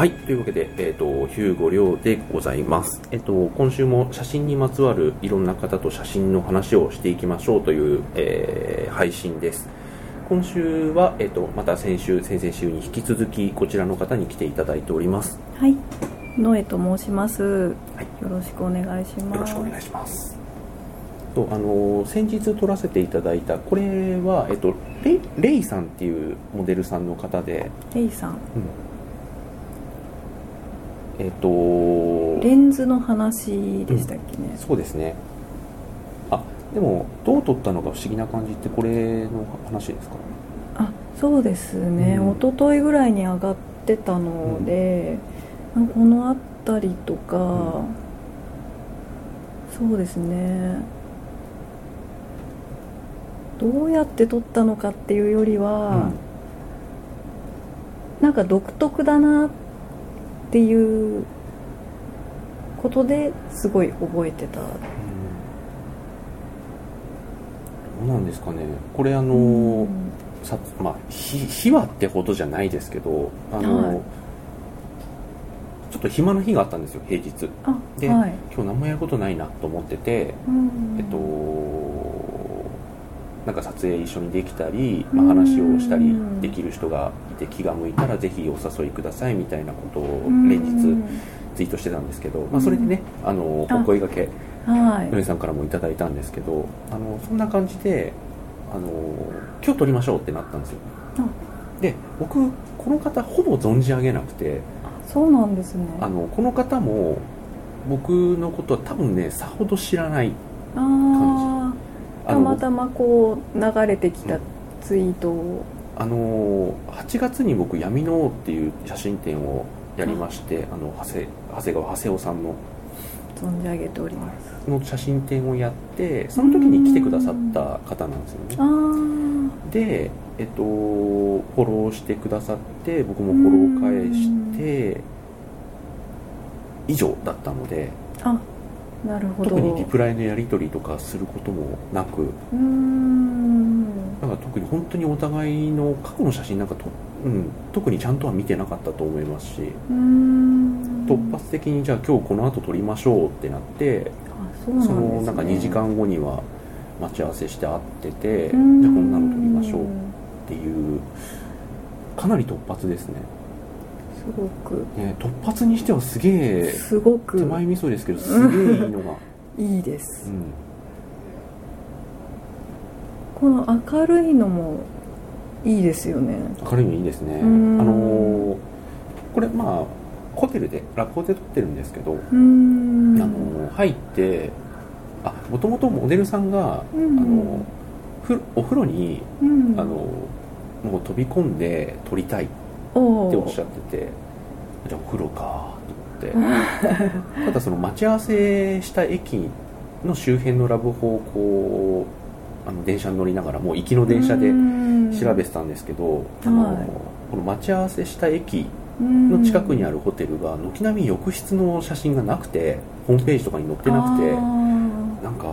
はい、というわけで、ヒューゴリョウでございます。今週も写真にまつわるいろんな方と写真の話をしていきましょうという、配信です。今週は、また先々週に引き続きこちらの方に来ていただいております。 はい、ノエと申します。 はい、 よろしくお願いします。 よろしくお願いします。先日撮らせていただいたこれは、レイさんっていうモデルさんの方で、 レイさん、 レンズの話でしたっけね。 そうですね。でもどう撮ったのか不思議な感じってこれの話ですか？ そうですね、一昨日ぐらいに上がってたので、この辺りとか、そうですね、どうやって撮ったのかっていうよりは、なんか独特だなっていうことですごい覚えてた。 どうなんですかね。これ秘話ってほどじゃないですけど、ちょっと暇な日があったんですよ、平日で、今日何もやることないなと思ってて、なんか撮影一緒にできたり、話をしたりできる人がいて気が向いたらぜひお誘いくださいみたいなことを連日ツイートしてたんですけど、それでね、お声掛けのりさんからもいただいたんですけど、そんな感じで今日撮りましょうってなったんですよ。で、僕この方ほぼ存じ上げなくて。 そうなんですね。 この方も僕のことは多分ねさほど知らない感じ。 たまたまこう流れてきたツイートを、 8月に僕闇の王っていう写真展をやりまして、長谷川長谷雄さんの存じ上げておりますの写真展をやって、その時に来てくださった方なんですよね。で、フォローしてくださって、僕もフォロー返して以上だったので、 なるほど。 特にリプライのやり取りとかすることもなく、だから特に本当にお互いの過去の写真なんか特にちゃんとは見てなかったと思いますし、突発的にじゃあ今日この後撮りましょうってなって、そのなんか2時間後には待ち合わせして会ってて、じゃあこんなの撮りましょうっていう、かなり突発ですね。 すごく、 突発にしてはすげえ、 すごく手前味噌ですけどすげえいいのがいいです、この明るいのもいいですよね。 明るいのいいですね。これホテルでラブホで撮ってるんですけど、入ってもともとモデルさんが、お風呂に、もう飛び込んで撮りたいっておっしゃってて、じゃあお風呂かと思ってただその待ち合わせした駅の周辺のラブホをこう電車に乗りながら、もう行きの電車で調べてたんですけど、この待ち合わせした駅の近くにあるホテルが軒並み浴室の写真がなくて、ホームページとかに載ってなくて、なんか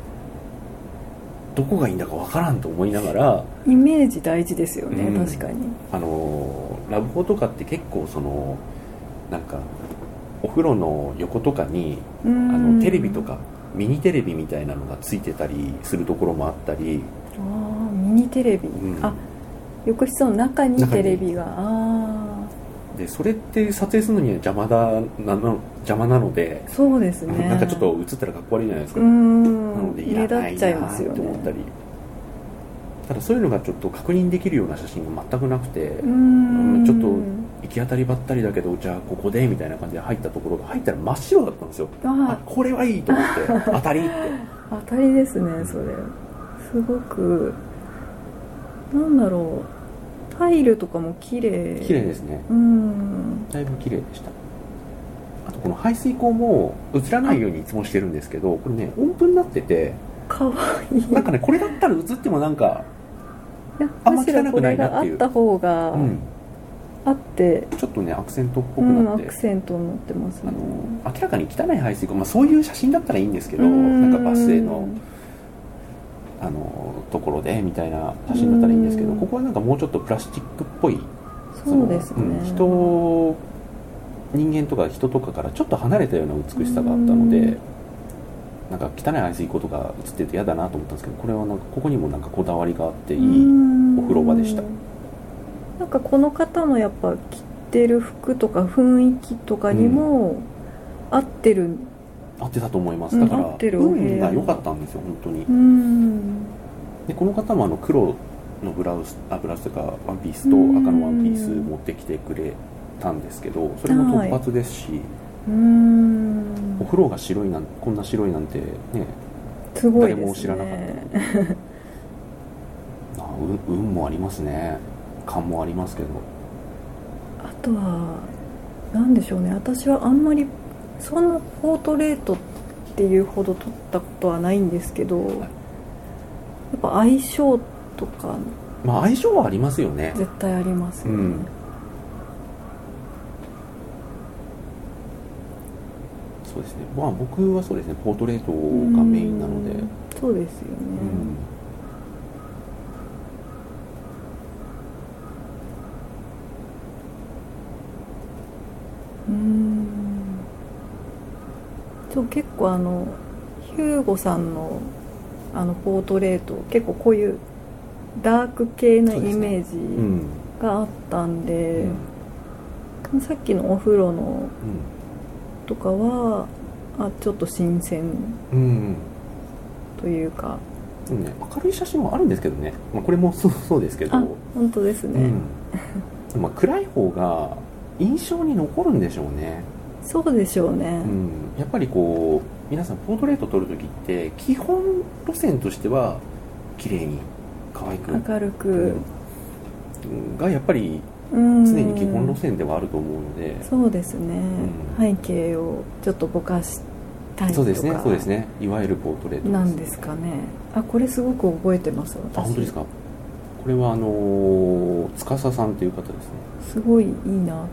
どこがいいんだかわからんと思いながら。 イメージ大事ですよね、確かに。 ラブホとかって結構なんかお風呂の横とかにテレビとかミニテレビみたいなのがついてたりするところもあったり。 ミニテレビ、浴室の中にテレビが。 でそれって撮影するのには邪魔なので、 そうですね、 なんかちょっと映ったらかっこ悪いじゃないですか。なのでいらないなって思ったり、ただそういうのがちょっと確認できるような写真が全くなくて、ちょっと行き当たりばったりだけど、じゃあここでみたいな感じで入ったところが、入ったら真っ白だったんですよ。これはいいと思って当たりって当たりですね。それすごく、なんだろう、タイルとかも綺麗ですね。だいぶ綺麗でした。あとこの排水口も映らないようにいつもしてるんですけど、これね音符になっててかわいい。 なんかね、これだったら映ってもなんかあんま汚くないなっていう。 むしろこれがあった方があって、 ちょっとねアクセントっぽくなって、 アクセントになってますね。 明らかに汚い排水口、そういう写真だったらいいんですけど、なんかバスへのところでみたいな写真だったらいいんですけど、ここはなんかもうちょっとプラスチックっぽい、 そうですね、 人人間とか人とかからちょっと離れたような美しさがあったので、なんか汚い排水溝とか映ってて嫌だなと思ったんですけど、これはなんかここにもなんかこだわりがあっていいお風呂場でした。 なんかこの方のやっぱ着てる服とか雰囲気とかにも合ってる、 合ってたと思います。だから運が良かったんですよ本当に。でこの方も黒のブラウスというかワンピースと赤のワンピース持ってきてくれたんですけど、それも突発ですし、お風呂が白いこんな白いなんてね、 すごいですね、 誰も知らなかったので運もありますね。勘もありますけど、 あとは何でしょうね、私はあんまりそんなポートレートっていうほど撮ったことはないんですけど、やっぱ相性とか、 まあ相性はありますよね。 絶対ありますよね。 そうですね。まあ僕はそうですね、ポートレートがメインなので。 そうですよね。結構ヒューゴさんのポートレート結構こういうダーク系のイメージがあったんで、さっきのお風呂のとかはちょっと新鮮というか、 明るい写真もあるんですけどね、まあ、これもそうですけど、 本当ですね、 まあ、暗い方が印象に残るんでしょうね。 そうでしょうね、 やっぱりこう皆さんポートレート撮るときって基本路線としては綺麗に可愛く明るく、 がやっぱり常に基本路線ではあると思うので、 そうですね、背景をちょっとぼかしたいとか、 そうですね、いわゆるポートレートなんですかね。これすごく覚えてます私。 本当ですか。これは司さんという方ですね。 すごいいいなと思って。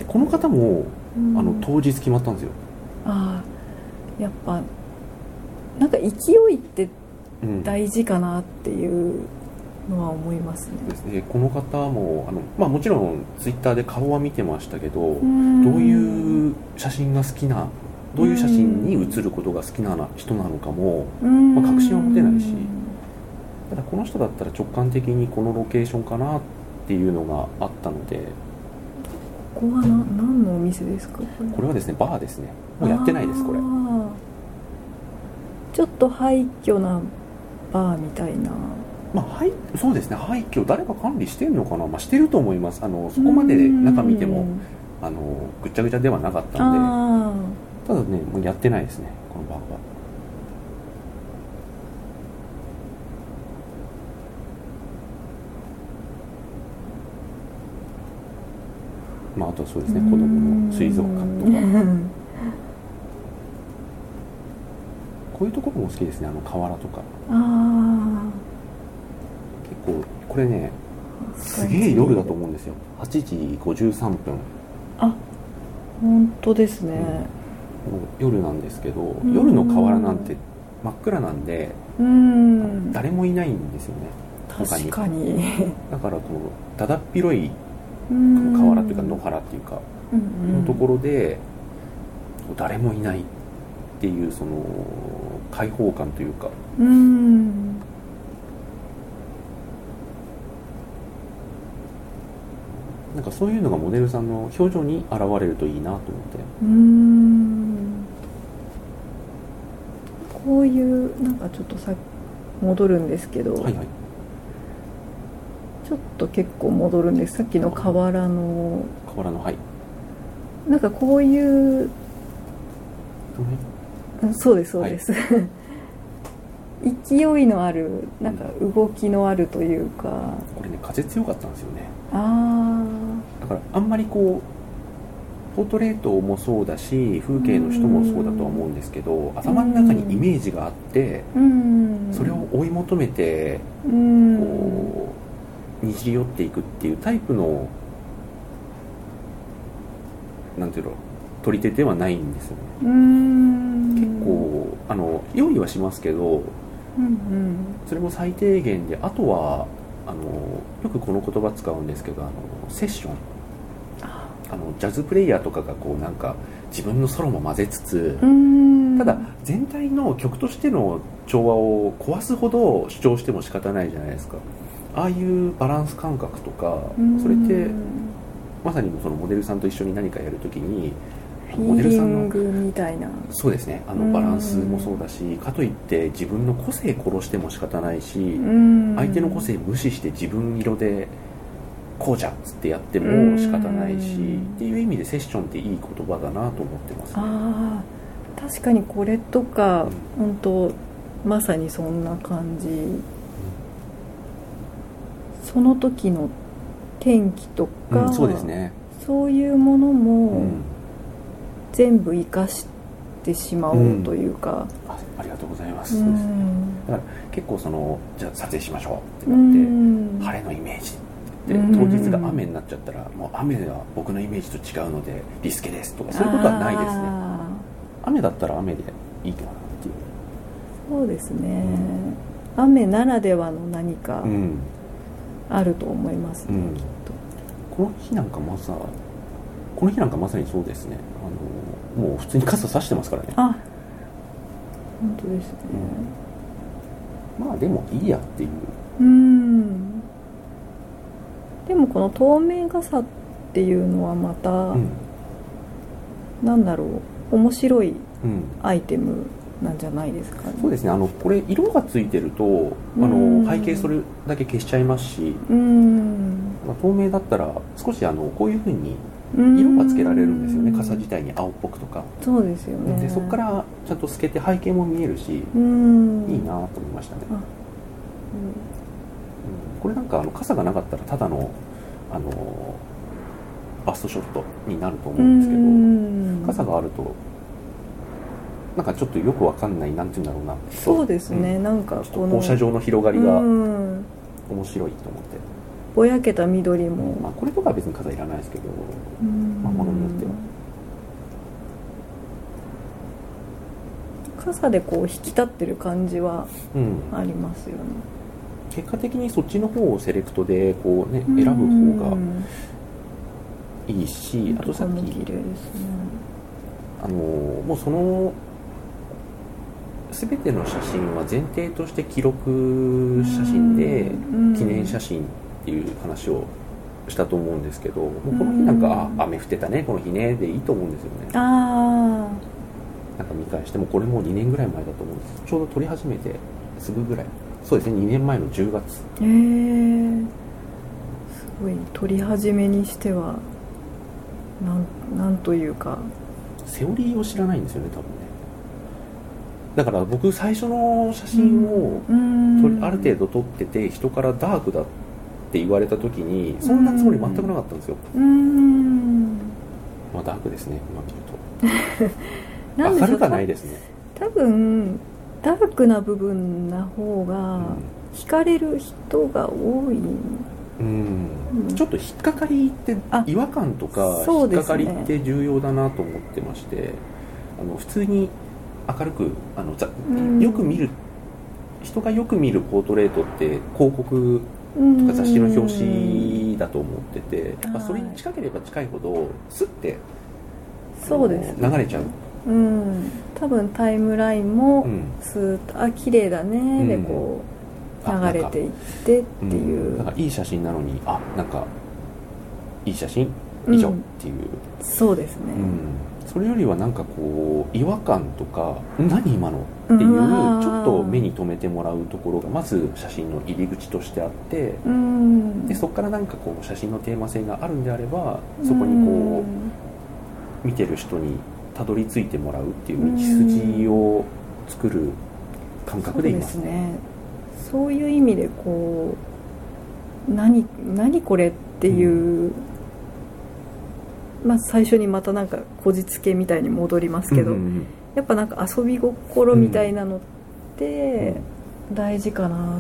この方も当日決まったんですよ。 やっぱなんか勢いって大事かなっていうのは思いますね。 ですね。この方もまあ、もちろんツイッターで顔は見てましたけど、どういう写真が好きな、どういう写真に写ることが好きな人なのかも、まあ、確信は持てないし、ただこの人だったら直感的にこのロケーションかなっていうのがあったので。 ここは何のお店ですか？ これはですね、バーですね。もうやってないです。これちょっと廃墟なバーみたいな。 まあ、そうですね、廃墟誰か管理してるのかな、まあ、してると思います。そこまで中見てもぐちゃぐちゃではなかったんで、ただね、もうやってないですね、このバーは。まあ、あとはそうですね、子供の水族館とかこういうところも好きですね、河原とか。結構これね、すげえ夜だと思うんですよ。8時53分。 本当ですね、 夜なんですけど、夜の河原なんて真っ暗なんで、誰もいないんですよね。 確かにだからこのだだっ広い河原というか野原っていうかのところで誰もいないっていう、その開放感というか、なんかそういうのがモデルさんの表情に現れるといいなと思って。 こういうなんかちょっと戻るんですけど、ちょっと結構戻るんです。さっきの河原のなんかこういう、そうですそうです、勢いのある、なんか動きのあるというか、 これね、風強かったんですよね。だからあんまりこうポートレートもそうだし風景の人もそうだとは思うんですけど、頭の中にイメージがあって、それを追い求めてこうにじり寄っていくっていうタイプの、なんていうの、取り手ではないんですよね。結構用意はしますけど、それも最低限で、あとはよくこの言葉使うんですけど、セッション、 ジャズプレイヤーとかがこうなんか自分のソロも混ぜつつ、ただ全体の曲としての調和を壊すほど主張しても仕方ないじゃないですか。ああいうバランス感覚とか、それってまさにそのモデルさんと一緒に何かやるときにモデルさんのみたいな、 そうですね、バランスもそうだし、かといって自分の個性殺しても仕方ないし、相手の個性無視して自分色でこうじゃっつってやっても仕方ないしっていう意味でセッションっていい言葉だなと思ってます、ね、 ああ、確かにこれとか、本当まさにそんな感じ、その時の天気とか、 そうですね、 そういうものも全部生かしてしまおうというか、 ありがとうございます、そうですね、だから結構じゃあ撮影しましょうってなって、晴れのイメージで当日が雨になっちゃったら、もう雨は僕のイメージと違うのでリスケですとか、そういうことはないですね。雨だったら雨でいいかなっていう。 そうですね、雨ならではの何かあると思いますね、きっと。 この日なんかまさにそうですね。もう普通に傘差してますからね。 あ、本当ですね、 まあでもいいやっていう。 でもこの透明傘っていうのはまた、なんだろう、面白いアイテムなんじゃないですかね。 そうですね、これ色がついてると背景それだけ消しちゃいますし、透明だったら少しこういう風に色がつけられるんですよね。傘自体に青っぽくとか。 そうですよね。 でそこからちゃんと透けて背景も見えるし、いいなと思いましたね。これなんか傘がなかったらただのバストショットになると思うんですけど、傘があるとなんかちょっとよくわかんない、なんていうんだろうな。 そうですね、なんかこの放射状の広がりが面白いと思って。 ぼやけた緑も、 これとかは別に傘いらないですけど、ものによっては傘でこう引き立ってる感じはありますよね。 結果的にそっちの方をセレクトでこう、ね、選ぶ方がいいし、あとさっき綺麗ですね。 もうその全ての写真は前提として記録写真で記念写真っていう話をしたと思うんですけど、もうこの日なんか雨降ってたねこの日ねでいいと思うんですよね。なんか見返してもこれもう2年ぐらい前だと思うんです。ちょうど撮り始めてすぐぐらい、そうですね、2年前の10月。 すごい撮り始めにしてはなんというかセオリーを知らないんですよね多分ね。だから僕最初の写真をある程度撮ってて人からダークだって言われた時にそんなつもり全くなかったんですよ。まあダークですね今見ると。明るくはないですね。 多分ダークな部分な方が惹かれる人が多い。 ちょっと引っかかりって違和感とか引っかかりって重要だなと思ってまして、普通に明るくよく見る人がよく見るポートレートって広告とか雑誌の表紙だと思ってて、やっぱそれに近ければ近いほどスッてそうです流れちゃう。 多分タイムラインもスーッと綺麗だねでこう流れていってっていう、 だからいい写真なのになんかいい写真以上っていう、 そうですね、 それよりはなんかこう違和感とか何今のっていうちょっと目に留めてもらうところがまず写真の入り口としてあって、でそこからなんかこう写真のテーマ性があるんであればそこにこう見てる人にたどり着いてもらうっていう道筋を作る感覚でいますね。 そういう意味でこう何これっていう、最初にまたなんかこじつけみたいに戻りますけど、やっぱなんか遊び心みたいなのって大事かなって、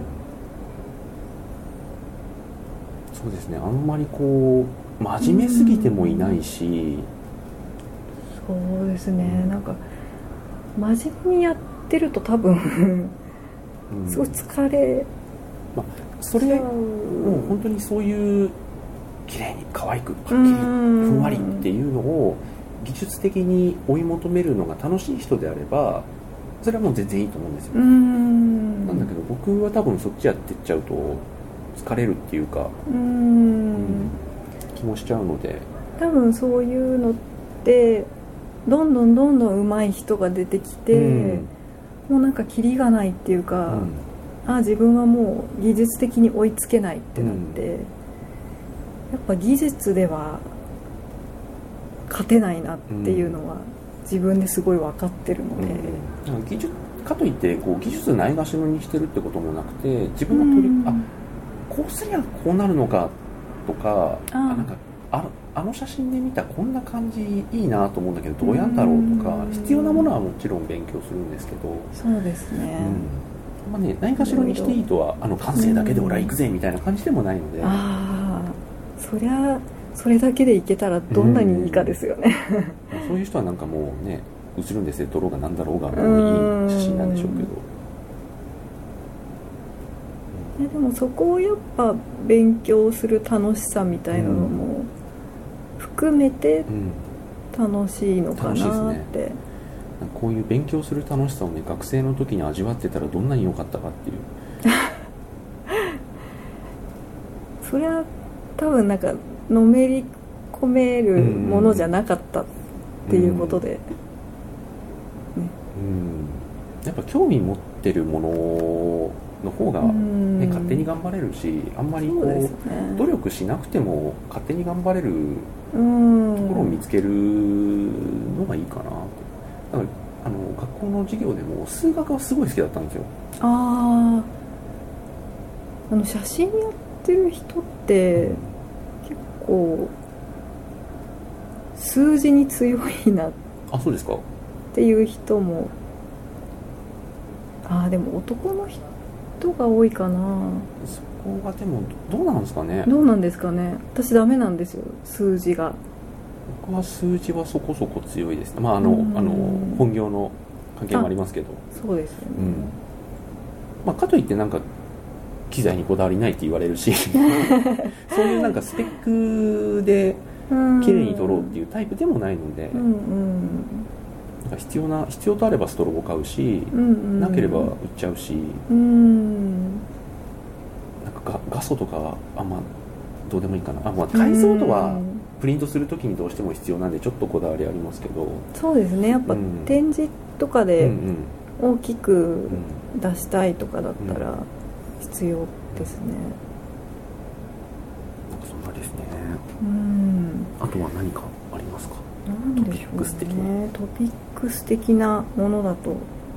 そうですね、あんまりこう真面目すぎてもいないし、 そうですね、なんか真面目にやってると多分すごい疲れそれもう本当にそういう綺麗に可愛くパッキリふんわりっていうのを技術的に追い求めるのが楽しい人であればそれはもう全然いいと思うんですよ。なんだけど僕は多分そっちやってっちゃうと疲れるっていうか気もしちゃうので、 多分そういうのってどんどん上手い人が出てきて、もうなんかキリがないっていうか、自分はもう技術的に追いつけないってなって、やっぱ技術では勝てないなっていうのは自分ですごい分かってるので、 技術かといってこう技術ないがしろにしてるってこともなくて、自分がこうすりゃこうなるのかとか、なんかあの写真で見たこんな感じいいなと思うんだけどどうやんだろうとか、必要なものはもちろん勉強するんですけど、 そうですね、 ないがしろにしていいとは感性だけで俺は行くぜみたいな感じでもないので、 そりゃそれだけでいけたらどんなにいいかですよね、 そういう人はなんかもうね映るんですよ、撮ろうがなんだろうがもういい写真なんでしょうけど、 でもそこをやっぱ勉強する楽しさみたいなのも含めて楽しいのかなって、 こういう勉強する楽しさをね学生の時に味わってたらどんなに良かったかっていうそれは多分なんかのめり込めるものじゃなかったっていうことで、 やっぱ興味持ってるものの方が、勝手に頑張れるし、あんまりこう努力しなくても勝手に頑張れるところを見つけるのがいいかなと。だから学校の授業でも数学はすごい好きだったんですよ。 写真やってる人って結構数字に強いなそうですかっていう人もでも男の人が多いかな。 そこがでもどうなんですかね。 私ダメなんですよ、数字が。 僕は数字はそこそこ強いですね。本業の関係もありますけど。 そうですよね、 かといってなんか機材にこだわりないって言われるしそういうなんかスペックで綺麗に撮ろうっていうタイプでもないので、なんか必要とあればストロボ買うし、なければ売っちゃうし、なんか画素とかはあんまどうでもいいかな。解像度はプリントするときにどうしても必要なんでちょっとこだわりありますけど、 そうですね、やっぱ展示とかで大きく出したいとかだったら必要ですね。 なんかそんなですね。あとは何かありますか？ トピックス的なものだと、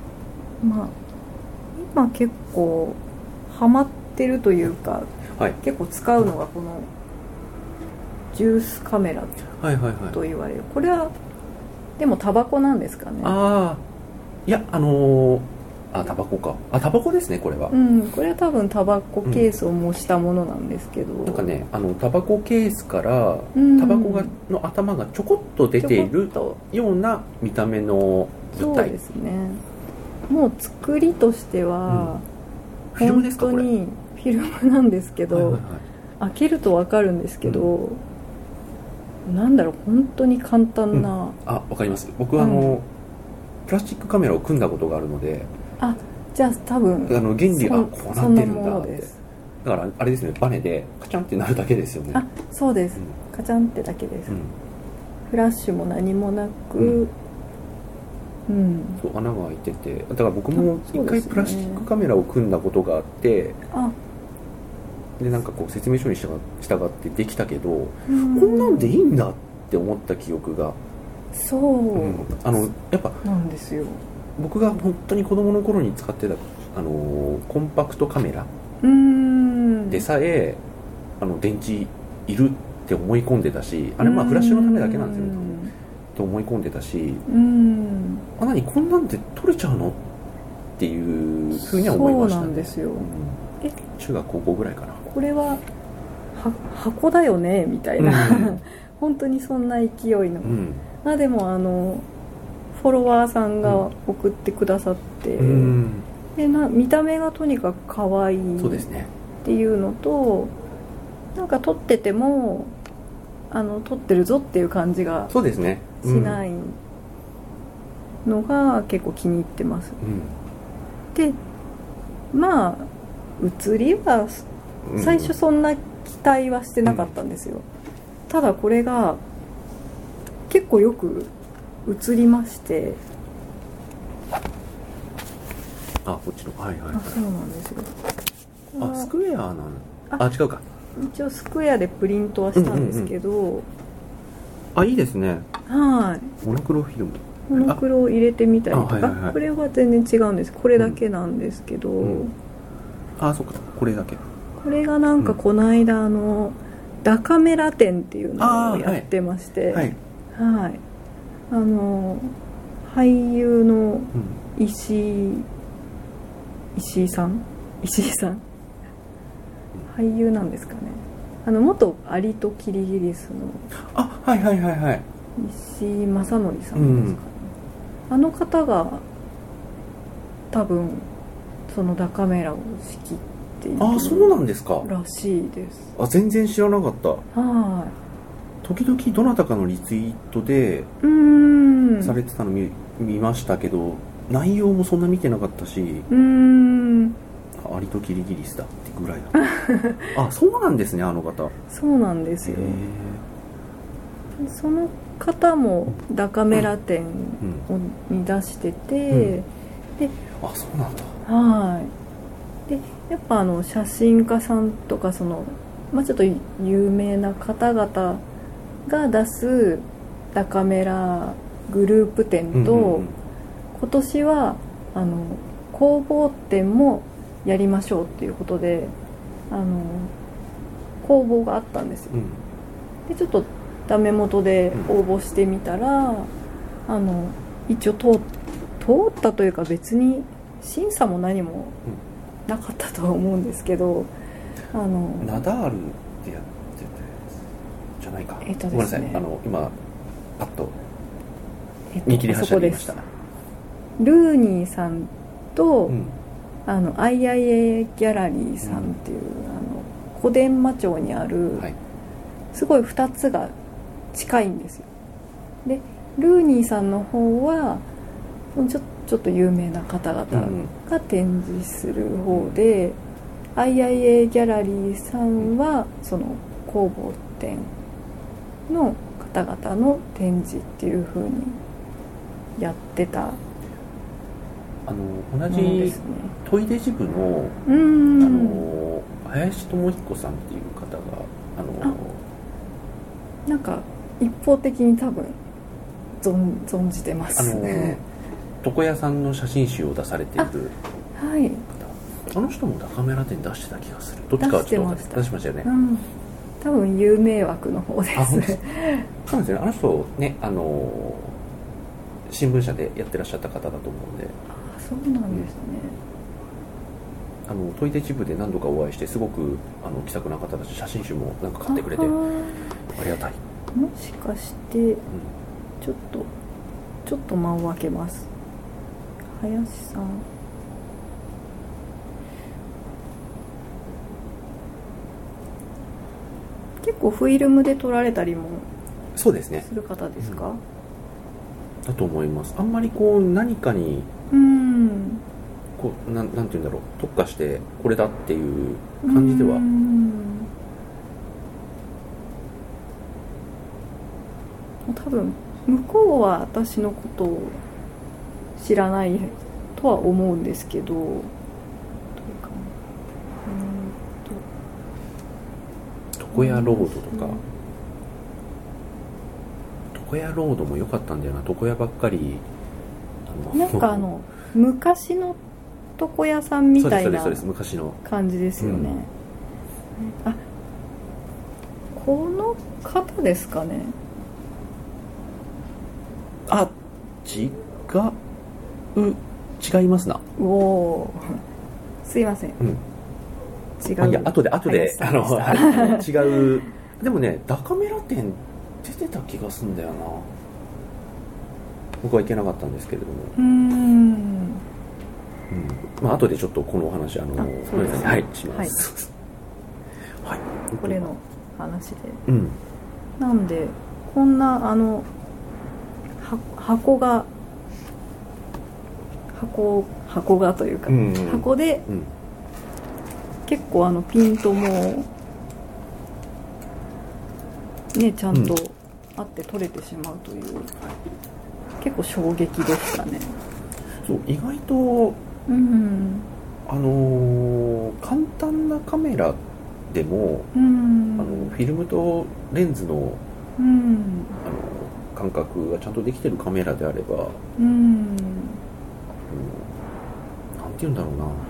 今結構ハマってるというか、結構使うのがこのジュースカメラと言われる、これはでもタバコなんですかね。 いやタバコか。タバコですね、これは。 これは多分タバコケースを模したものなんですけど、 なんかね、タバコケースからタバコの頭がちょこっと出ているような見た目の物体。 そうですね。もう作りとしては、 フィルムですか？ 本当にフィルムなんですけど、開けると分かるんですけど、なんだろう、本当に簡単な。 わかります。僕はプラスチックカメラを組んだことがあるので、 じゃあ多分原理はこうなってるんだって。だからあれですね、バネでカチャンってなるだけですよね。 そうです、カチャンってだけです、フラッシュも何もなく、 そう穴が開いてて、だから僕も一回プラスチックカメラを組んだことがあって、でなんかこう説明書に従ってできたけど、こんなんでいいんだって思った記憶が。やっぱなんですよ。 僕が本当に子供の頃に使ってたコンパクトカメラでさえ電池いるって思い込んでたし、あれフラッシュのためだけなんですよねって思い込んでたし、何こんなんで撮れちゃうのっていうふうには思いましたね。 そうなんですよ、 中学高校ぐらいかな。 これは箱だよねみたいな、本当にそんな勢いの、でもフォロワーさんが送ってくださって、で見た目がとにかく可愛いっていうのと、なんか撮ってても撮ってるぞっていう感じがそうですね、 しないのが結構気に入ってます、でまあ写りは最初そんな期待はしてなかったんですよ、ただこれが結構よく映りまして、 こっちのはいはい、 そうなんですよ。 スクエア違うか、 一応スクエアでプリントはしたんですけど、 いいですね。 はい。 モノクロフィルム。 モノクロを入れてみたりとか、これは全然違うんです。これだけなんですけど、 そうか、これだけ。 これがなんかこの間ダカメラ展っていうのをやってまして、はい。俳優の石井さん俳優なんですかね。元アリとキリギリスの石井正則さんですかね、あの方が多分そのダカメラを仕切っているそうなんですからしいです。 全然知らなかった。 はい。 時々どなたかのリツイートでされてたの見ましたけど、内容もそんな見てなかったし、アリとキリギリスだってぐらいだそうなんですね、あの方。 そうなんですよ。その方もダカメラ展に出してて、でそうなんだ。 はい。でやっぱ写真家さんとかちょっと有名な方々が出すダカメラグループ展と、今年は工房展もやりましょうっていうことで公募があったんですよ、でちょっとダメ元で応募してみたら、一応通ったというか、別に審査も何もなかったとは思うんですけど、 ナダールってやっててじゃないか、ごめんなさい、今パッと見切り発車で言いました。 ルーニーさんと、IIA ギャラリーさんっていう、小伝馬町にある、すごい2つが近いんですよ。でルーニーさんの方はちょっと有名な方々が展示する方で、IIA ギャラリーさんはその工房展の方々の展示っていう風にやってた。 同じトイレジ部の林智彦さんっていう方がなんか一方的に多分存じてますね。 床屋さんの写真集を出されているはい、 あの人もダカメラ展出してた気がする。どっちかはちょっと出しましたよね、 多分有名枠の方ですね。 そうなんですよね。あの人ね、新聞社でやってらっしゃった方だと思うんで。 そうなんですね。 トイレジ部で何度かお会いして、すごく気さくな方だし、写真集もなんか買ってくれてありがたい。 もしかして、ちょっと間を空けます。林さん、結構フィルムで撮られたりもそうですねする方ですか？ だと思います。あんまり何かになんて言うんだろう、特化してこれだっていう感じでは多分向こうは私のことを知らないとは思うんですけど、どうかな、 床屋ロードとか、床屋ロードも良かったんだよな。床屋ばっかりなんか昔の床屋さんみたいな昔の感じですよね、この方ですかね。違いますな。 おお、すいません、違う。 いや、後で違う。でもね、ダカメラ展出てた気がするんだよな。僕は行けなかったんですけれども。後でちょっとこのお話そうですね、 はいします。 これの話で。 なんでこんな箱がというか、箱で、結構ピントもねちゃんとあって取れてしまうという、結構衝撃でしたね。 そう意外と、簡単なカメラでも、フィルムとレンズの、感覚がちゃんとできてるカメラであれば、なんていうんだろ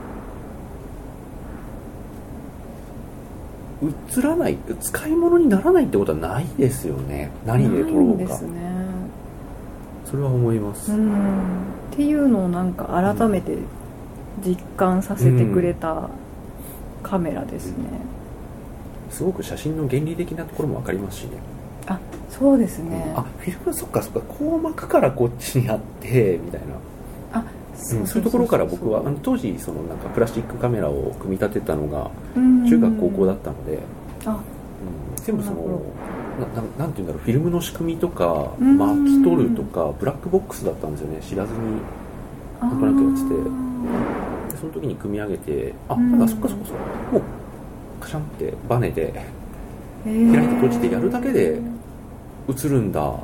うな、映らない、使い物にならないってことはないですよね。何で撮ろうか。ないですね。それは思います。 っていうのをなんか改めて実感させてくれたカメラですね。 すごく写真の原理的なところも分かりますしね。 あ、そうですね。 フィルムはそっかこう巻くからこっちにあってみたいな。そういうところから僕は当時そのなんかプラスチックカメラを組み立てたのが中学高校だったので、全部そのなんていうんだろう、フィルムの仕組みとか巻き取るとかブラックボックスだったんですよね。知らずになんとなくやってて、でその時に組み上げて、なんかそっかもうカシャンってバネで開いて閉じてやるだけで映るんだと思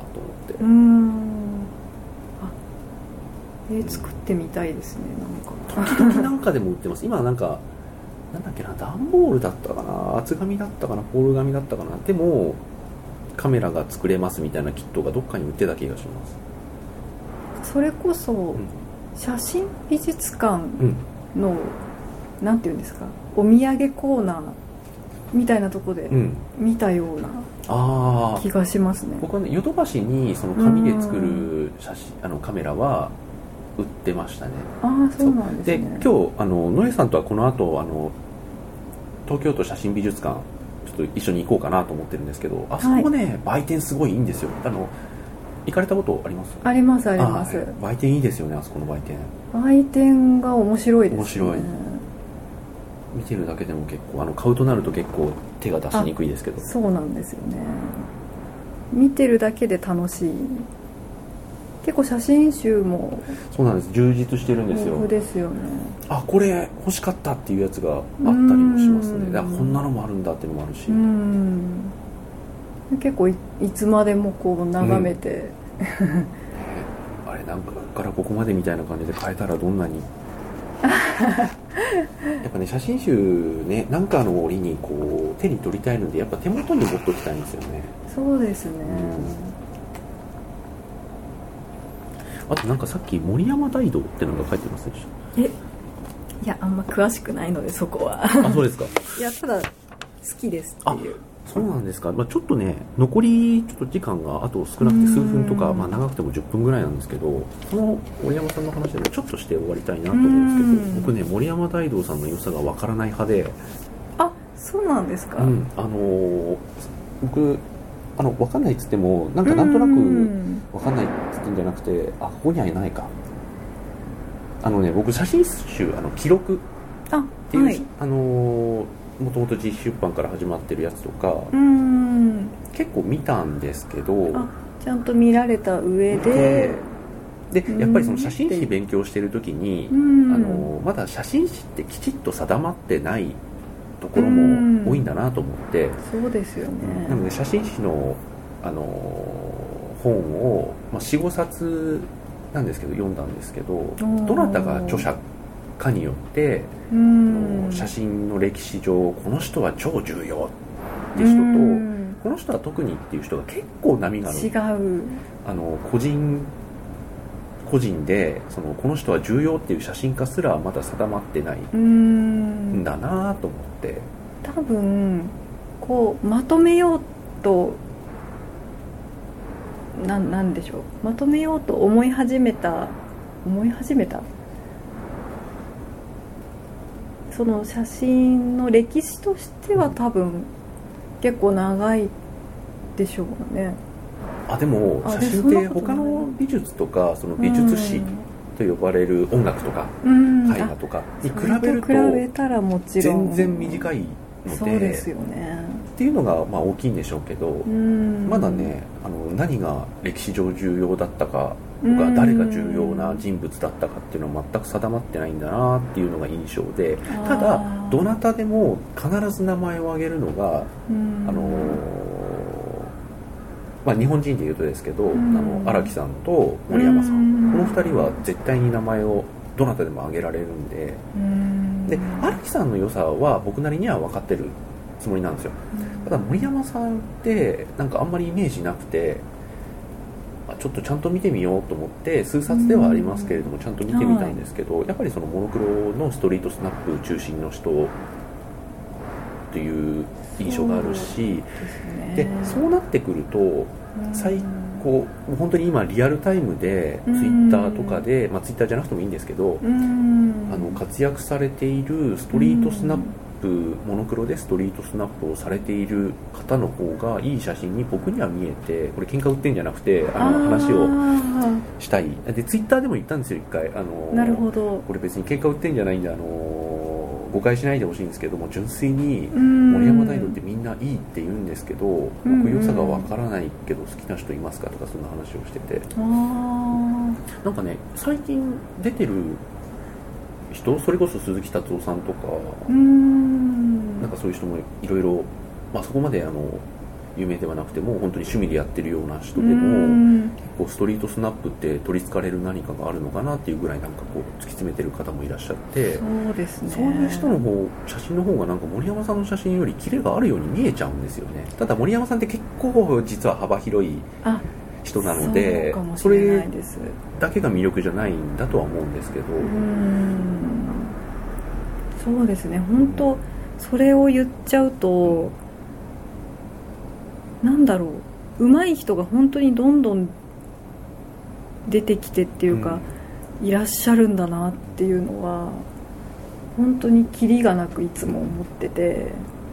って。 作ってみたいですね。 なんか時々なんかでも売ってます。今なんかなんだっけな、段ボールだったかな、厚紙だったかな、ポール紙だったかな、でもカメラが作れますみたいなキットがどっかに売ってた気がします。 それこそ、写真美術館の、なんていうんですか、お土産コーナーみたいなとこで見たような気がしますね。 僕はね、ヨドバシにその紙で作る写真カメラは売ってましたね。 そうなんですね。 で今日ノエさんとはこの後東京都写真美術館ちょっと一緒に行こうかなと思ってるんですけど、あそこもね、売店すごいいいんですよ。行かれたことあります？ ありますあります。 売店いいですよね、あそこの売店。 売店が面白いですね。 面白い。見てるだけでも結構買うとなると結構手が出しにくいですけど。 そうなんですよね。見てるだけで楽しい。結構写真集もそうなんです、充実してるんですよ。 豊富ですよね。 これ欲しかったっていうやつがあったりもしますね。だからこんなのもあるんだっていうのもあるし、 結構 いつまでもこう眺めて、 あれなんかここからここまでみたいな感じで変えたらどんなにやっぱね、写真集ね、なんかの折にこう手に取りたいのでやっぱ手元に持っときたいんですよね。 そうですね。 あとなんかさっき森山大道ってのが書いてますでしょ。 いや、あんま詳しくないのでそこは。 そうですか。 いや、ただ好きですっていう。 そうなんですか。ちょっとね、残りちょっと時間があと少なくて数分とか、長くても10分ぐらいなんですけど、この森山さんの話でもちょっとして終わりたいなと思うんですけど、僕ね、森山大道さんの良さがわからない派で。 そうなんですか。 僕分かんないっつってもなんとなく分かんないっつってんじゃなくて、ここにはいないか。僕写真集記録っていう、もともと実出版から始まってるやつとか結構見たんですけど、 ちゃんと見られた上でやっぱりその写真誌勉強してる時にまだ写真誌ってきちっと定まってないところも多いんだなと思って。 そうですよね。 なので写真誌の、本を、4,5 冊なんですけど読んだんですけど、どなたが著者かによって写真の歴史上この人は超重要っていう人とこの人は特にっていう人が結構波がある。 違う。 個人でこの人は重要っていう写真家すらまだ定まってないんだなと思って。 多分こうまとめようとなんでしょう、まとめようと思い始めたその写真の歴史としては多分結構長いでしょうね。 でも写真って他の美術とかその美術史と呼ばれる音楽とか絵画とかに比べると比べたらもちろん全然短いので。 そうですよね。 っていうのがまあ大きいんでしょうけど、まだね何が歴史上重要だったかとか誰が重要な人物だったかっていうのは全く定まってないんだなっていうのが印象で、ただどなたでも必ず名前を挙げるのがまあ、日本人でいうとですけど荒木さんと森山さん、この2人は絶対に名前をどなたでも挙げられるんで、で荒木さんの良さは僕なりには分かってるつもりなんですよ。ただ森山さんってなんかあんまりイメージなくて、ちょっとちゃんと見てみようと思って数冊ではありますけれどもちゃんと見てみたんですけど、やっぱりそのモノクロのストリートスナップ中心の人っていう印象があるし、でそうなってくると最高本当に今リアルタイムでツイッターとかで、まあ、ツイッターじゃなくてもいいんですけど活躍されているストリートスナップモノクロでストリートスナップをされている方の方がいい写真に僕には見えて、これ喧嘩売ってんじゃなくて話をしたいでツイッターでも言ったんですよ一回なるほど、 これ別に喧嘩売ってんじゃないんで誤解しないでほしいんですけども、純粋に森山大道ってみんないいって言うんですけど、僕良さがわからないけど好きな人いますかとかそんな話をしてて、なんかね最近出てる人、それこそ鈴木達夫さんとかなんかそういう人もいろいろ、まあ、そこまで有名ではなくても本当に趣味でやってるような人でも結構ストリートスナップって取りつかれる何かがあるのかなっていうぐらいなんかこう突き詰めてる方もいらっしゃって、 そうですね、 そういう人の写真の方がなんか森山さんの写真よりキレがあるように見えちゃうんですよね。ただ森山さんって結構実は幅広い人なので、それだけが魅力じゃないんだとは思うんですけど、 そうですね、本当それを言っちゃうと、なんだろう、上手い人が本当にどんどん出てきてっていうか、いらっしゃるんだなっていうのは本当にキリがなくいつも思ってて、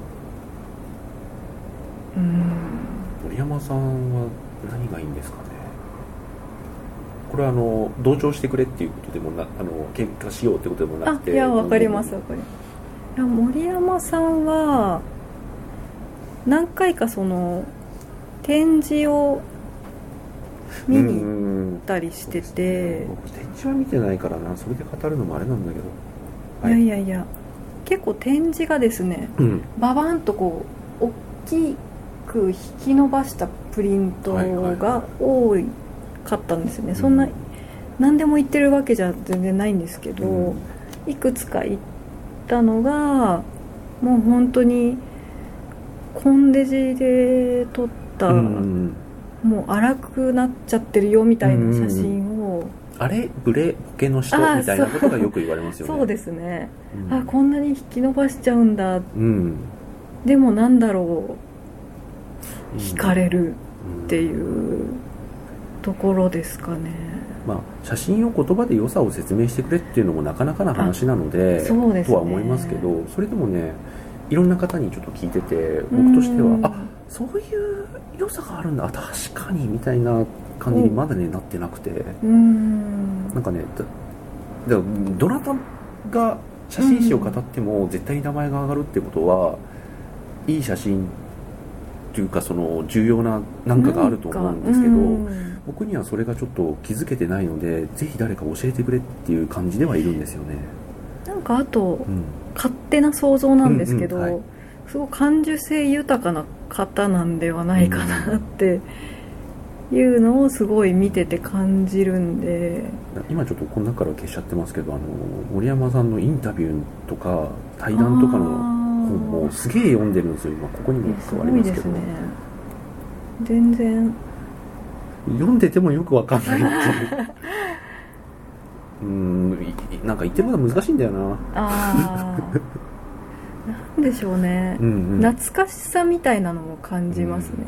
森山さんは何がいいんですかね。これは同調してくれっていうことでもな喧嘩しようってことでもなくて、 いや分かります分かります。いや森山さんは何回かその展示を見に行ったりしてて、 僕展示は見てないからな、それで語るのもあれなんだけど、 いやいや結構展示がですね、ババーンとこう大きく引き伸ばしたプリントが多かったんですよね。そんな何でも言ってるわけじゃ全然ないんですけど、いくつか行ったのがもう本当にコンデジで撮った、もう荒くなっちゃってるよみたいな写真を、 あれブレボケの人みたいなことがよく言われますよね。 そうですね、こんなに引き伸ばしちゃうんだ、でもなんだろう、惹かれるっていうところですかね。 まあ、写真を言葉で良さを説明してくれっていうのもなかなかな話なので、 そうですね、 とは思いますけど、それでもねいろんな方にちょっと聞いてて、僕としてはそういう良さがあるんだ、確かにみたいな感じにまだねなってなくて、なんかねどなたが写真誌を語っても絶対に名前が上がるってことは、いい写真というかその重要な何かがあると思うんですけど、僕にはそれがちょっと気づけてないので、ぜひ誰か教えてくれっていう感じではいるんですよね。 なんかあと、勝手な想像なんですけど、すごく感受性豊かな方なんではないかなっていうのをすごい見てて感じるんで、 今ちょっとこの中から消しちゃってますけど、森山さんのインタビューとか対談とかの本もすげえ読んでるんですよ。今ここにもいくつかありますけど、 すごいですね。全然読んでてもよくわかんないっていうなんか言ってること難しいんだよな。 なんでしょうね、懐かしさみたいなのも感じますね。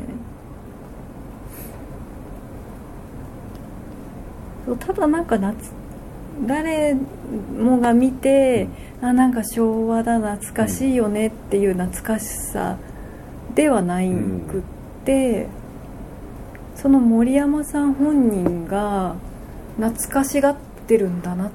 ただなんか誰もが見て、なんか昭和だ懐かしいよねっていう懐かしさではないくって、その森山さん本人が懐かしがってるんだなって、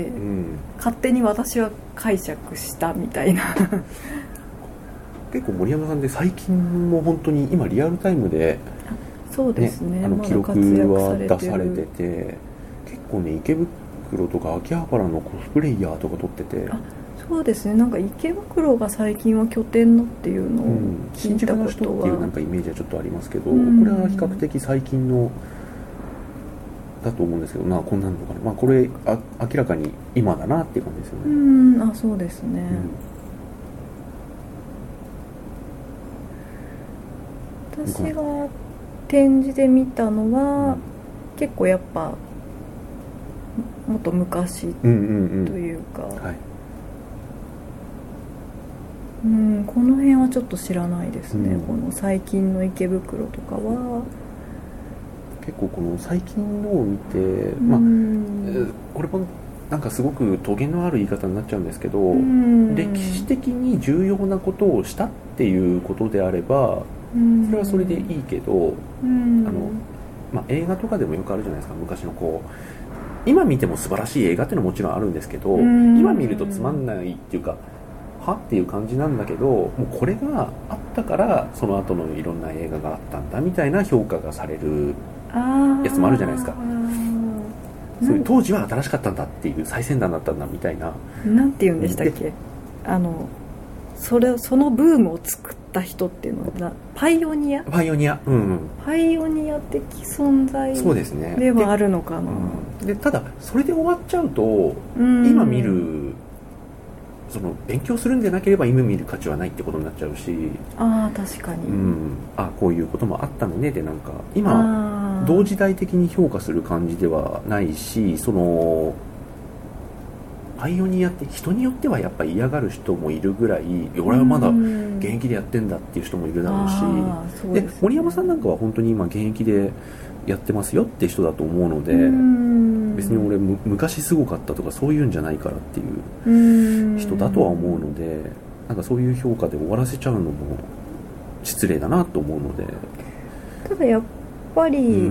勝手に私は解釈したみたいな結構森山さんで最近も本当に今リアルタイムで、 そうですね、 記録は出されてて、結構ね池袋とか秋葉原のコスプレイヤーとか撮ってて、 そうですね、なんか池袋が最近は拠点のっていうのを聞新宿いたことは、 の人っていうなんかイメージはちょっとありますけど、こうんれは比較的最近のだと思うんですけど、まあこんなのとかね、まあこれ明らかに今だなっていう感じですよね。 あ、そうですね、私が展示で見たのは、結構やっぱもっと昔というか、この辺はちょっと知らないですね、この最近の池袋とかは。 結構この最近のを見て、これもなんかすごくトゲのある言い方になっちゃうんですけど、歴史的に重要なことをしたっていうことであれば、それはそれでいいけど、映画とかでもよくあるじゃないですか、昔のこう今見ても素晴らしい映画っていうのはもちろんあるんですけど、今見るとつまんないっていうかはっていう感じなんだけど、もうこれがあったからその後のいろんな映画があったんだみたいな評価がされるやつもあるじゃないですか。そういう当時は新しかったんだっていう、最先端だったんだみたいな、 なんて言うんでしたっけ、そのブームを作った人っていうのはパイオニア、パイオニア的存在ではあるのかな。 でただそれで終わっちゃうと、今見るその勉強するんでなければ今見る価値はないってことになっちゃうし、 確かに、 こういうこともあったのねで、なんか今同時代的に評価する感じではないし、そのパイオニアって人によってはやっぱり嫌がる人もいるぐらい、俺はまだ現役でやってんだっていう人もいるだろうし、で森山さんなんかは本当に今現役でやってますよって人だと思うので、別に俺昔すごかったとかそういうんじゃないからっていう人だとは思うので、なんかそういう評価で終わらせちゃうのも失礼だなと思うので。 ただやっぱり、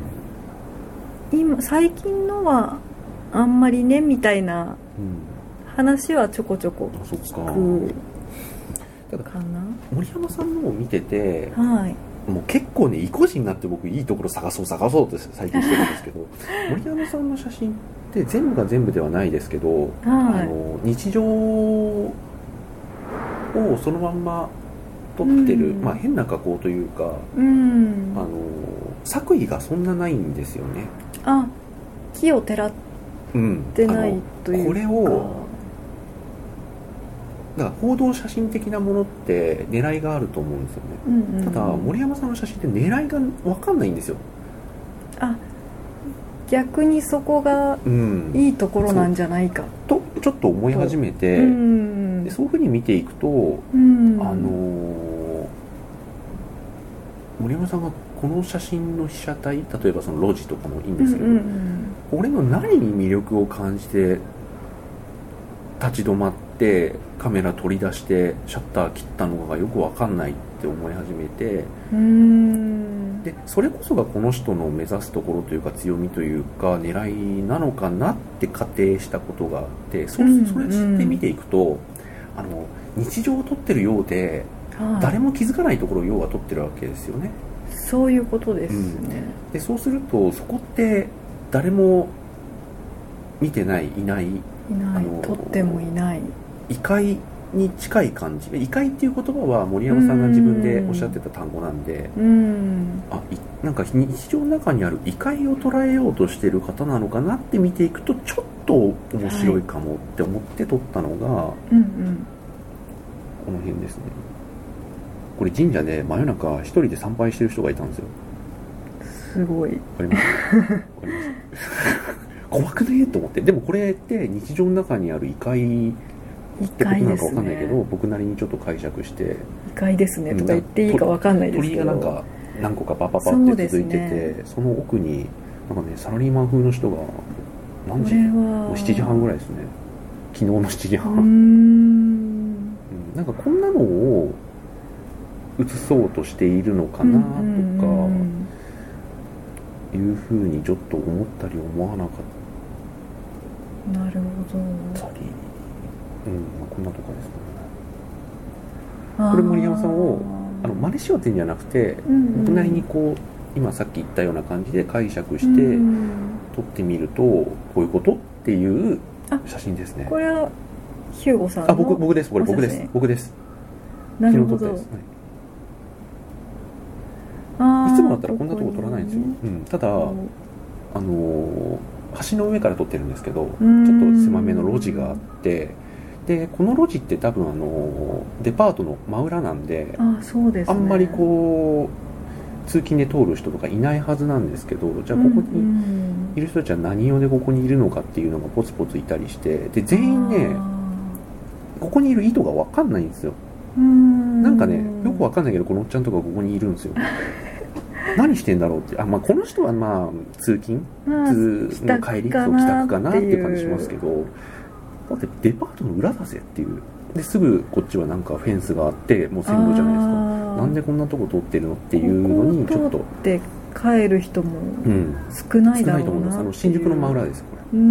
今最近のはあんまりねみたいな話はちょこちょこ聞くかな。 森山さんのを見てて、もう結構ね意固地になって僕いいところ探そうって最近してるんですけど森山さんの写真って全部が全部ではないですけど、日常をそのまんま撮ってる、変な加工というか、作為がそんなないんですよね。 木をてらってないというか、 これをだから報道写真的なものって狙いがあると思うんですよね、ただ森山さんの写真って狙いが分かんないんですよ。 逆にそこがいいところなんじゃないかとちょっと思い始めて、でそういうふうに見ていくと、森山さんがこの写真の被写体、例えばその路地とかもいいんですけど、俺の何に魅力を感じて立ち止まってカメラ取り出してシャッター切ったのかがよく分かんないって思い始めて、でそれこそがこの人の目指すところというか強みというか狙いなのかなって仮定したことがあって、それ知って見ていくと、日常を撮ってるようで誰も気づかないところを要は撮ってるわけですよね。 そういうことですね、 でそうするとそこって誰も見てない、いない、 撮ってもいない異界に近い感じ。異界っていう言葉は森山さんが自分でおっしゃってた単語なんで、なんか日常の中にある異界を捉えようとしている方なのかなって見ていくとちょっと面白いかもって思って撮ったのが、この辺ですね。これ神社で真夜中一人で参拝してる人がいたんですよ。 すごい。 わかります怖くねえと思って。でもこれって日常の中にある異界ってことなのか分かんないけど、僕なりにちょっと解釈して異界ですねとか言っていいか分かんないですけど、 鳥がなんか何個かパパパって続いてて、その奥になんかねサラリーマン風の人が何時もう7時半ぐらいですね、昨日の7時半。なんかこんなのを映そうとしているのかなとかいうふうにちょっと思ったり思わなかったり、 なるほど。 こんなとこですね。 これ森山さんを真似しようっていうんじゃなくて、僕なりにこう今さっき言ったような感じで解釈して撮ってみるとこういうことっていう写真ですね。 これはヒューゴさんの僕です。これ僕です。 なるほど。 昨日撮ったです、いつもだったらこんなとこ撮らないんですよ。ただ橋の上から撮ってるんですけど、ちょっと狭めの路地があって、でこの路地って多分デパートの真裏なんで、 そうですね、 あんまりこう通勤で通る人とかいないはずなんですけど、じゃあここにいる人たちは何用でここにいるのかっていうのがポツポツいたりして、で全員ねここにいる意図が分かんないんですよ。なんかねよく分かんないけどこのおっちゃんとかここにいるんですよ何してんだろうって、この人は通勤、の帰り帰宅かなっていう感じしますけど、だってデパートの裏だぜっていう。ですぐこっちはなんかフェンスがあってもう線路じゃないですか。なんでこんなとこ通ってるのっていうのにちょっとここ通って帰る人も少ないだろうな、 少ないと思います。新宿の真裏ですこれ。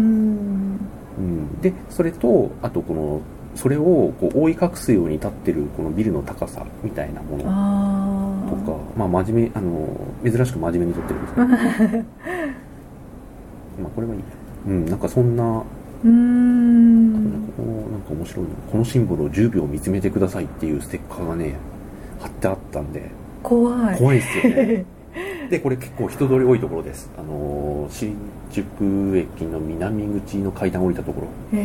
でそれとあとそれをこう覆い隠すように立ってるこのビルの高さみたいなものとか、真面目珍しく真面目に撮ってるんですけどこれはいい。なんかそんなあとなんか面白いの、このシンボルを10秒見つめてくださいっていうステッカーがね貼ってあったんで怖いですよねでこれ結構人通り多いところです。新宿駅の南口の階段降りたところ、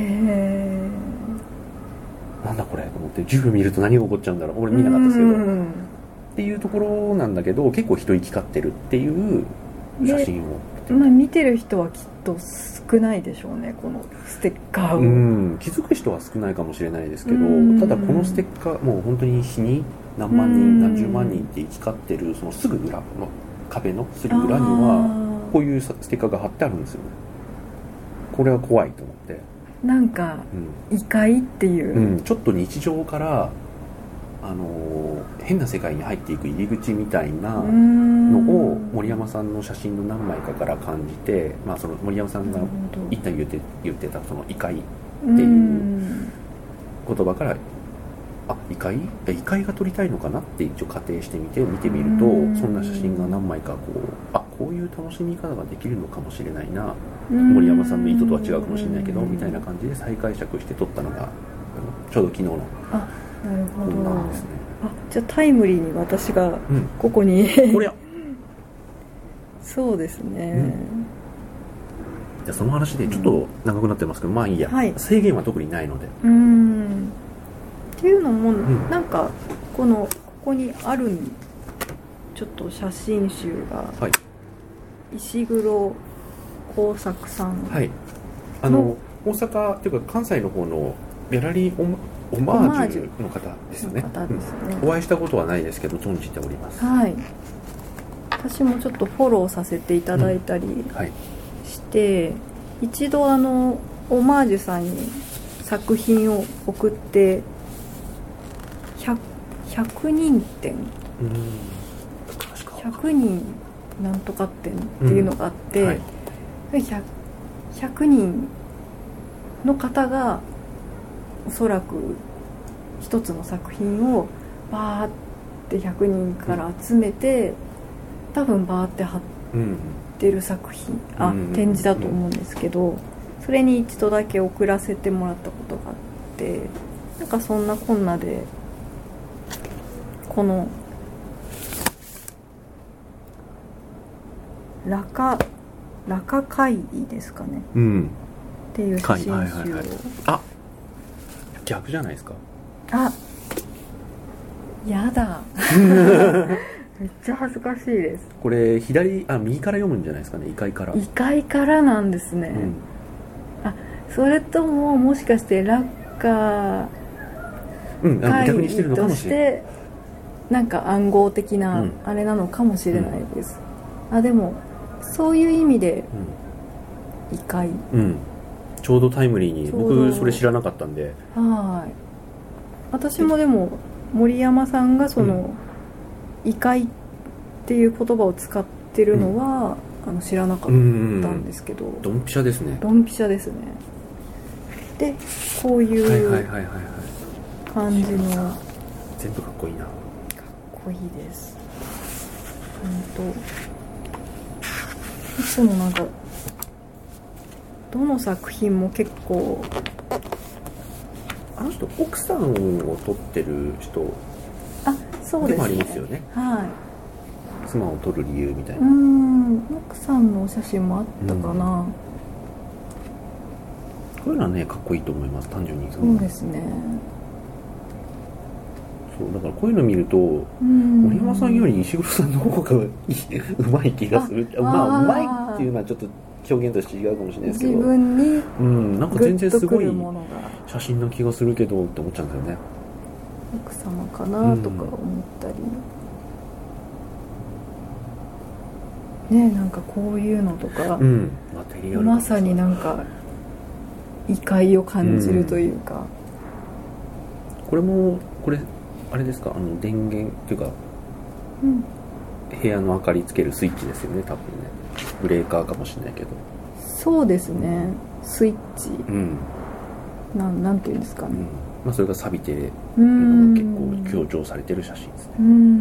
なんだこれと思って10秒見ると何が起こっちゃうんだろう、俺見なかったですけどっていうところなんだけど、結構人行き交ってるっていう写真を見てる人はきっと少ないでしょうね、このステッカーを。 気づく人は少ないかもしれないですけど、ただこのステッカーもう本当に日に何万人何十万人って行き交ってるそのすぐ裏の壁のすぐ裏にはこういうステッカーが貼ってあるんですよね。これは怖いと思って、 なんか異界っていう、 ちょっと日常から変な世界に入っていく入り口みたいなのを森山さんの写真の何枚かから感じて、その森山さんがインタビューで言ってたその異界っていう言葉から異界が撮りたいのかなって一応仮定して見てみると、そんな写真が何枚かこういう楽しみ方ができるのかもしれないな、森山さんの意図とは違うかもしれないけどみたいな感じで再解釈して撮ったのがちょうど昨日のなるほどなんですね。 じゃあタイムリーに私がここに、 これやそうですね、 じゃあその話でちょっと長くなってますけど、いいや、制限は特にないのでっていうのも、なんかここにあるちょっと写真集が、石黒耕作さん、 大阪っていうか関西の方のギャラリーオマージュの方ですよね。お会いしたことはないですけど存じております。 私もちょっとフォローさせていただいたりして、一度オマージュさんに作品を送って100人展、100人なんとか展っていうのがあって、100人の方がおそらく一つの作品をバーって100人から集めて、多分バーって貼ってる作品、展示だと思うんですけど、それに一度だけ送らせてもらったことがあって、なんかそんなこんなでこのラカ会議ですかね、っていう写真集を、 逆じゃないですか。 やだめっちゃ恥ずかしいです。 これ右から読むんじゃないですかね。異界からなんですね、それとももしかしてラッカ会議としてなんか暗号的なあれなのかもしれないです、でもそういう意味で異界、 ちょうどタイムリーに、僕それ知らなかったんで、 私もでも森山さんがその異界っていう言葉を使ってるのは、知らなかったんですけど、 ドンピシャですね。でこういう感じの絶こいいな。 かっこいいです。いつもなんかどの作品も結構、 あの人奥さんを撮ってる人そうですね、 でもありますよね。 はい。 妻を撮る理由みたいな。 奥さんのお写真もあったかな。 こういうのはねかっこいいと思います、単純に。 そうですね。 そうだからこういうの見ると森山さんより石黒さんの方がうまい気がする。まあうまいっていうのはちょっと表現として違うかもしれないですけど、 自分になんか全然すごいものが写真な気がするけどって思っちゃうんですよね。 奥様かなとか思ったり、ね、なんかこういうのとか、 マテリアルまさになんか異界を感じるというか、 これあれですか、電源っていうか、部屋の明かりつけるスイッチですよね、多分ね。ブレーカーかもしれないけど。 そうですね、スイッチ、なんていうんですかね、 まあ、それが錆びてるのが結構強調されてる写真ですね。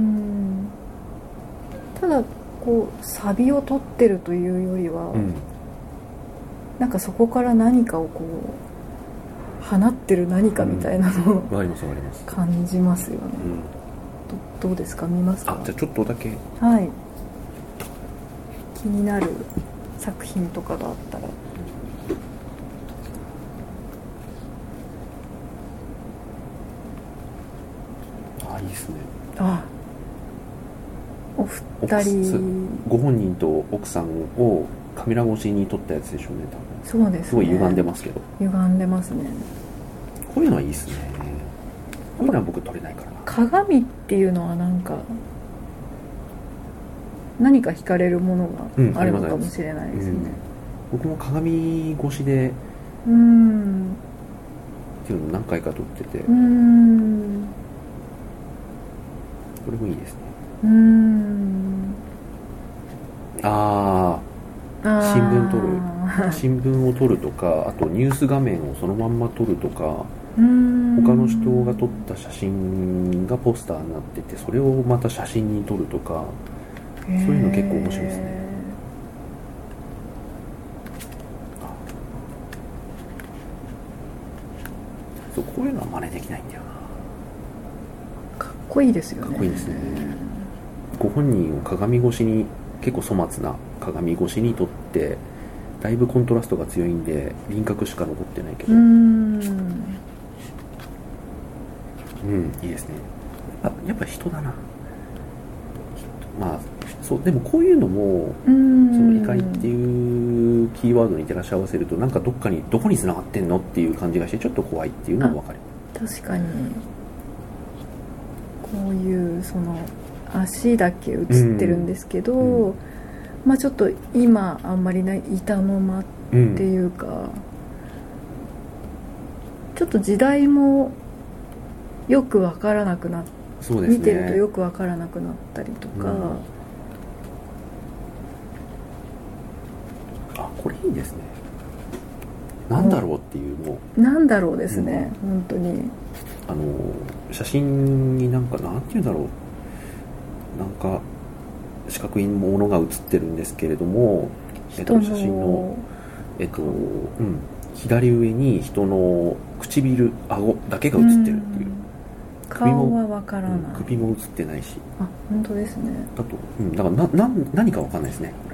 ただこう錆びを取ってるというよりは、なんかそこから何かをこう放ってる何かみたいなのを、感じますよね。どうですか、見ますか？ じゃあちょっとだけ、 はい、気になる作品とかがあったら。 いいですね。 お二人ご本人と奥さんをカメラ越しに撮ったやつでしょうね、多分。 そうですね。 すごい歪んでますけど。 歪んでますね。 こういうのはいいですね。こういうのは僕撮れないからな。 鏡っていうのはなんか何か惹かれるものがあるのかもしれないですね。 僕も鏡越しでっていうのを何回か撮ってて、これもいいですね。新聞撮る新聞を撮るとか、あとニュース画面をそのまんま撮るとか、他の人が撮った写真がポスターになってて、それをまた写真に撮るとか、そういうの結構面白いですね。そう、こういうのは真似できないんだよな。 かっこいいですよね。 かっこいいですね。ご本人を鏡越しに、結構粗末な鏡越しに撮って、だいぶコントラストが強いんで輪郭しか残ってないけど、いいですね。やっぱ人だな。まあそう、でもこういうのもその異界っていうキーワードに照らし合わせると、なんかどこに繋がってんのっていう感じがして、ちょっと怖いっていうのも分かる。 確かにこういうその足だけ写ってるんですけど、まあちょっと今あんまりない板の間っていうか、ちょっと時代もよく分からなくなって、 そうですね、 見てるとよく分からなくなったりとか、 これいいですね。なんだろうっていう、もうなんだろうですね、本当に。 写真になんていうんだろう、なんか四角いものが写ってるんですけれども、写真の左上に人の唇、顎だけが写ってるっていう。 顔はわからない。 首も写ってないし。 本当ですね。 だから何かわかんないですね、こ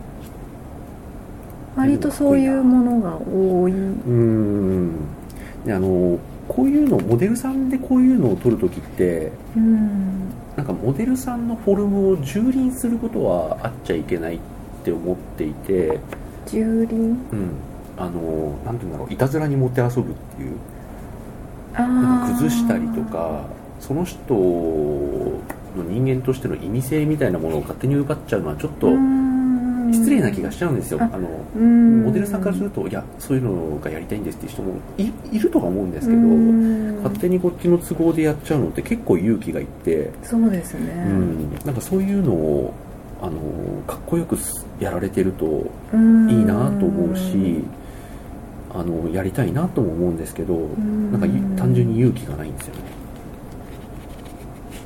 れ。 割とそういうものが多い。 でこういうの、モデルさんでこういうのを撮るときって、なんかモデルさんのフォルムを蹂躙することはあっちゃいけないって思っていて。 蹂躙？ なんていうんだろう、いたずらにもてあそぶっていう。崩したりとか、その人の人間としての意味性みたいなものを勝手に奪っちゃうのはちょっと失礼な気がしちゃうんですよ。モデルさんからすると、いやそういうのがやりたいんですっていう人も いるとは思うんですけど、勝手にこっちの都合でやっちゃうのって結構勇気がいって。 そうですね、 なんかそういうのをかっこよくやられてるといいなと思うし、やりたいなとも思うんですけど、なんか単純に勇気がないんですよね。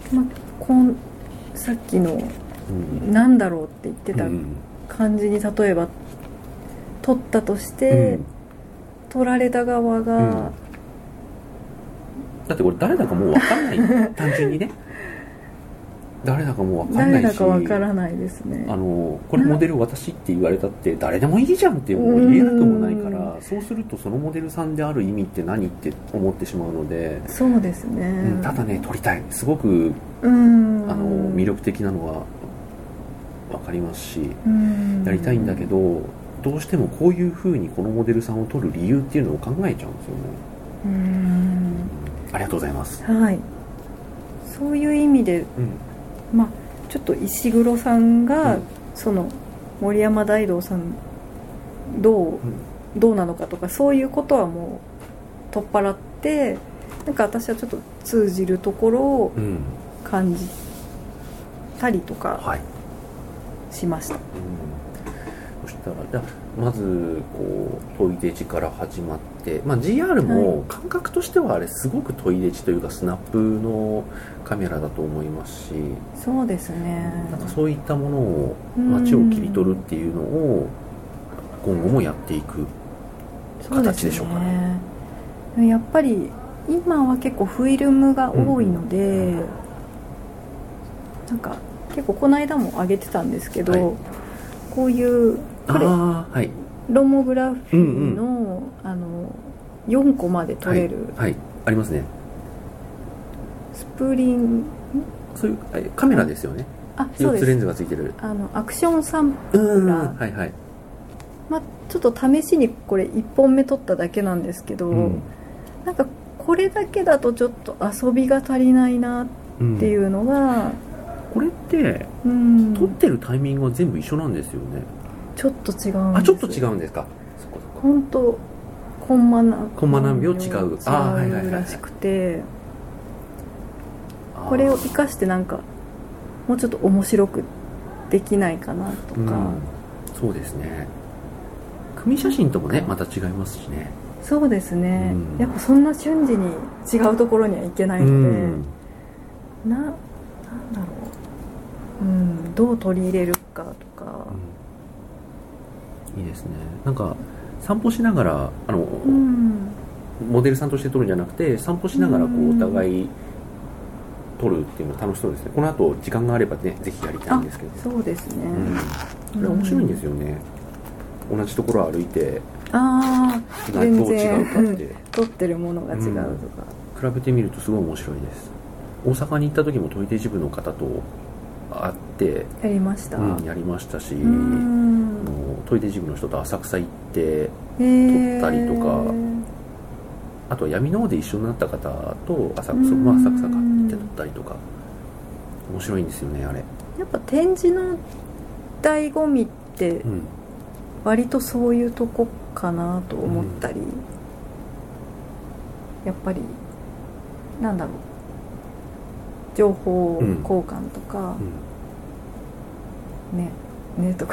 さっきのなんだろうって言ってた感じに、例えば撮ったとして、撮られた側が、 だってこれ誰だかもう分かんない単純にね誰だかもう分かんないし、 誰だか分からないですね。 これモデル私って言われたって誰でもいいじゃんって言えなくもないから、そうするとそのモデルさんである意味って何って思ってしまうので。 そうですね、 ただね撮りたい、すごく魅力的なのは分かりますし、やりたいんだけど、どうしてもこういう風にこのモデルさんを撮る理由っていうのを考えちゃうんですよね。ありがとうございます。 はい、そういう意味で、ちょっと石黒さんが、その森山大道さんどうなのかとか、そういうことはもう取っ払って、なんか私はちょっと通じるところを感じたりとかしました。 そしたらじゃあまずこうトイデジから始まって、GR も感覚としてはあれすごくトイデジというかスナップのカメラだと思いますし、 そうですね、 なんかそういったものを街を切り取るっていうのを今後もやっていく形でしょうかね。 やっぱり今は結構フィルムが多いので、なんか結構この間も上げてたんですけど、こういうこれロモグラフィーの、4個まで撮れる、 ありますね。 スプリンそういうカメラですよね。4つレンズがついてるアクションサンプラー、ちょっと試しにこれ1本目撮っただけなんですけど、なんかこれだけだとちょっと遊びが足りないなっていうのが、 これって撮ってるタイミングは全部一緒なんですよね。 ちょっと違うんです。 ちょっと違うんですか。 本当コンマ何秒違うらしくて、これを生かしてなんかもうちょっと面白くできないかなとか、 そうですね。組写真ともねまた違いますしね。 そうですね、やっぱそんな瞬時に違うところには行けないので、なんだろう、どう取り入れるかとか、 いいですね。なんか散歩しながらモデルさんとして撮るんじゃなくて、散歩しながらこうお互い撮るっていうのは楽しそうですね。この後時間があればねぜひやりたいんですけど。 そうですね、 これ面白いんですよね。同じところを歩いて全然どう違うかって撮ってるものが違うとか、 比べてみるとすごい面白いです。大阪に行った時もトイデジ部の方と会ってやりました、 やりましたし、トイデジ部の人と浅草行って撮ったりとか、あとは闇の方で一緒になった方と浅草か行って撮ったりとか、面白いんですよねあれ。 やっぱ展示の醍醐味って、割とそういうとこかなと思ったり、やっぱりなんだろう、情報交換とか、ねとか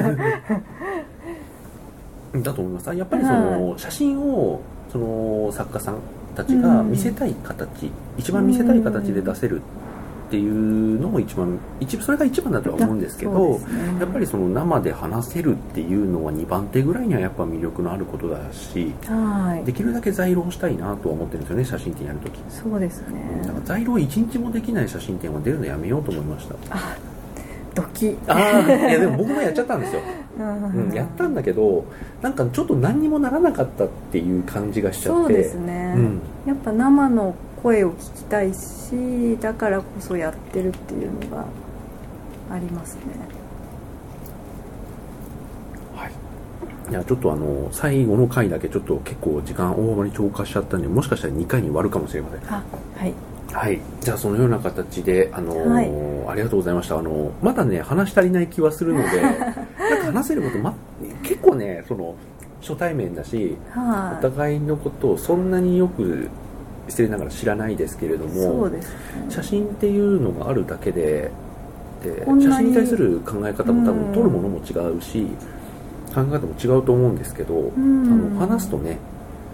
だと思います。やっぱりその写真をその作家さんたちが見せたい形、一番見せたい形で出せるっていうのもそれが一番だとは思うんですけど、やっぱりその生で話せるっていうのは2番手ぐらいにはやっぱ魅力のあることだし、できるだけ在廊したいなとは思ってるんですよね、写真展やるとき。 そうですね。 だから在廊1日もできない写真展は出るのやめようと思いました。 ドキいやでも僕もやっちゃったんですよやったんだけど、なんかちょっと何にもならなかったっていう感じがしちゃって。 そうですね、やっぱ生の声を聞きたいし、だからこそやってるっていうのがありますね。 いやちょっと最後の回だけちょっと結構時間大幅に超過しちゃったんで、もしかしたら2回に割るかもしれません。じゃあそのような形でありがとうございました。まだね話し足りない気はするのでなんか話せること、結構ねその初対面だし、お互いのことをそんなによく失礼ながら知らないですけれども、 そうですね、 写真っていうのがあるだけで、写真に対する考え方も多分撮るものも違うし、考え方も違うと思うんですけど、話すとね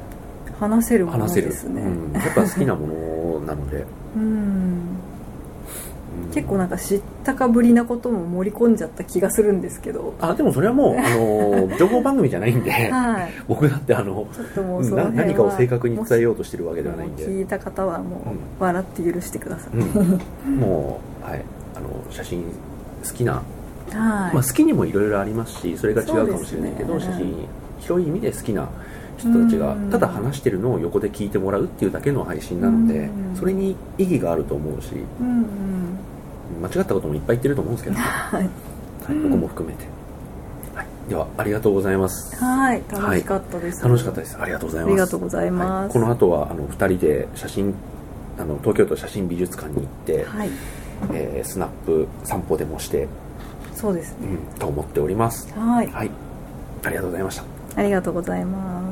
話せるものですね、 やっぱ好きなものなので結構なんか知ったかぶりなことも盛り込んじゃった気がするんですけど、 でもそれはもう情報番組じゃないんで、はい、僕だってちょっともう何かを正確に伝えようとしてるわけではないんで、 聞いた方はもう笑って許してください、 もう、はい、写真好きな、好きにもいろいろありますし、それが違うかもしれないけど、写真広い意味で好きな人たちがただ話してるのを横で聞いてもらうっていうだけの配信なので、それに意義があると思うし、間違ったこともいっぱい言ってると思うんですけど、はい、僕も含めて、はい、ではありがとうございます。 はい、楽しかったです、 楽しかったです。ありがとうございます。 ありがとうございます。 この後は2人で写真東京都写真美術館に行って、スナップ散歩でもして、 そうですね、 と思っております。 はい、 ありがとうございました。 ありがとうございます。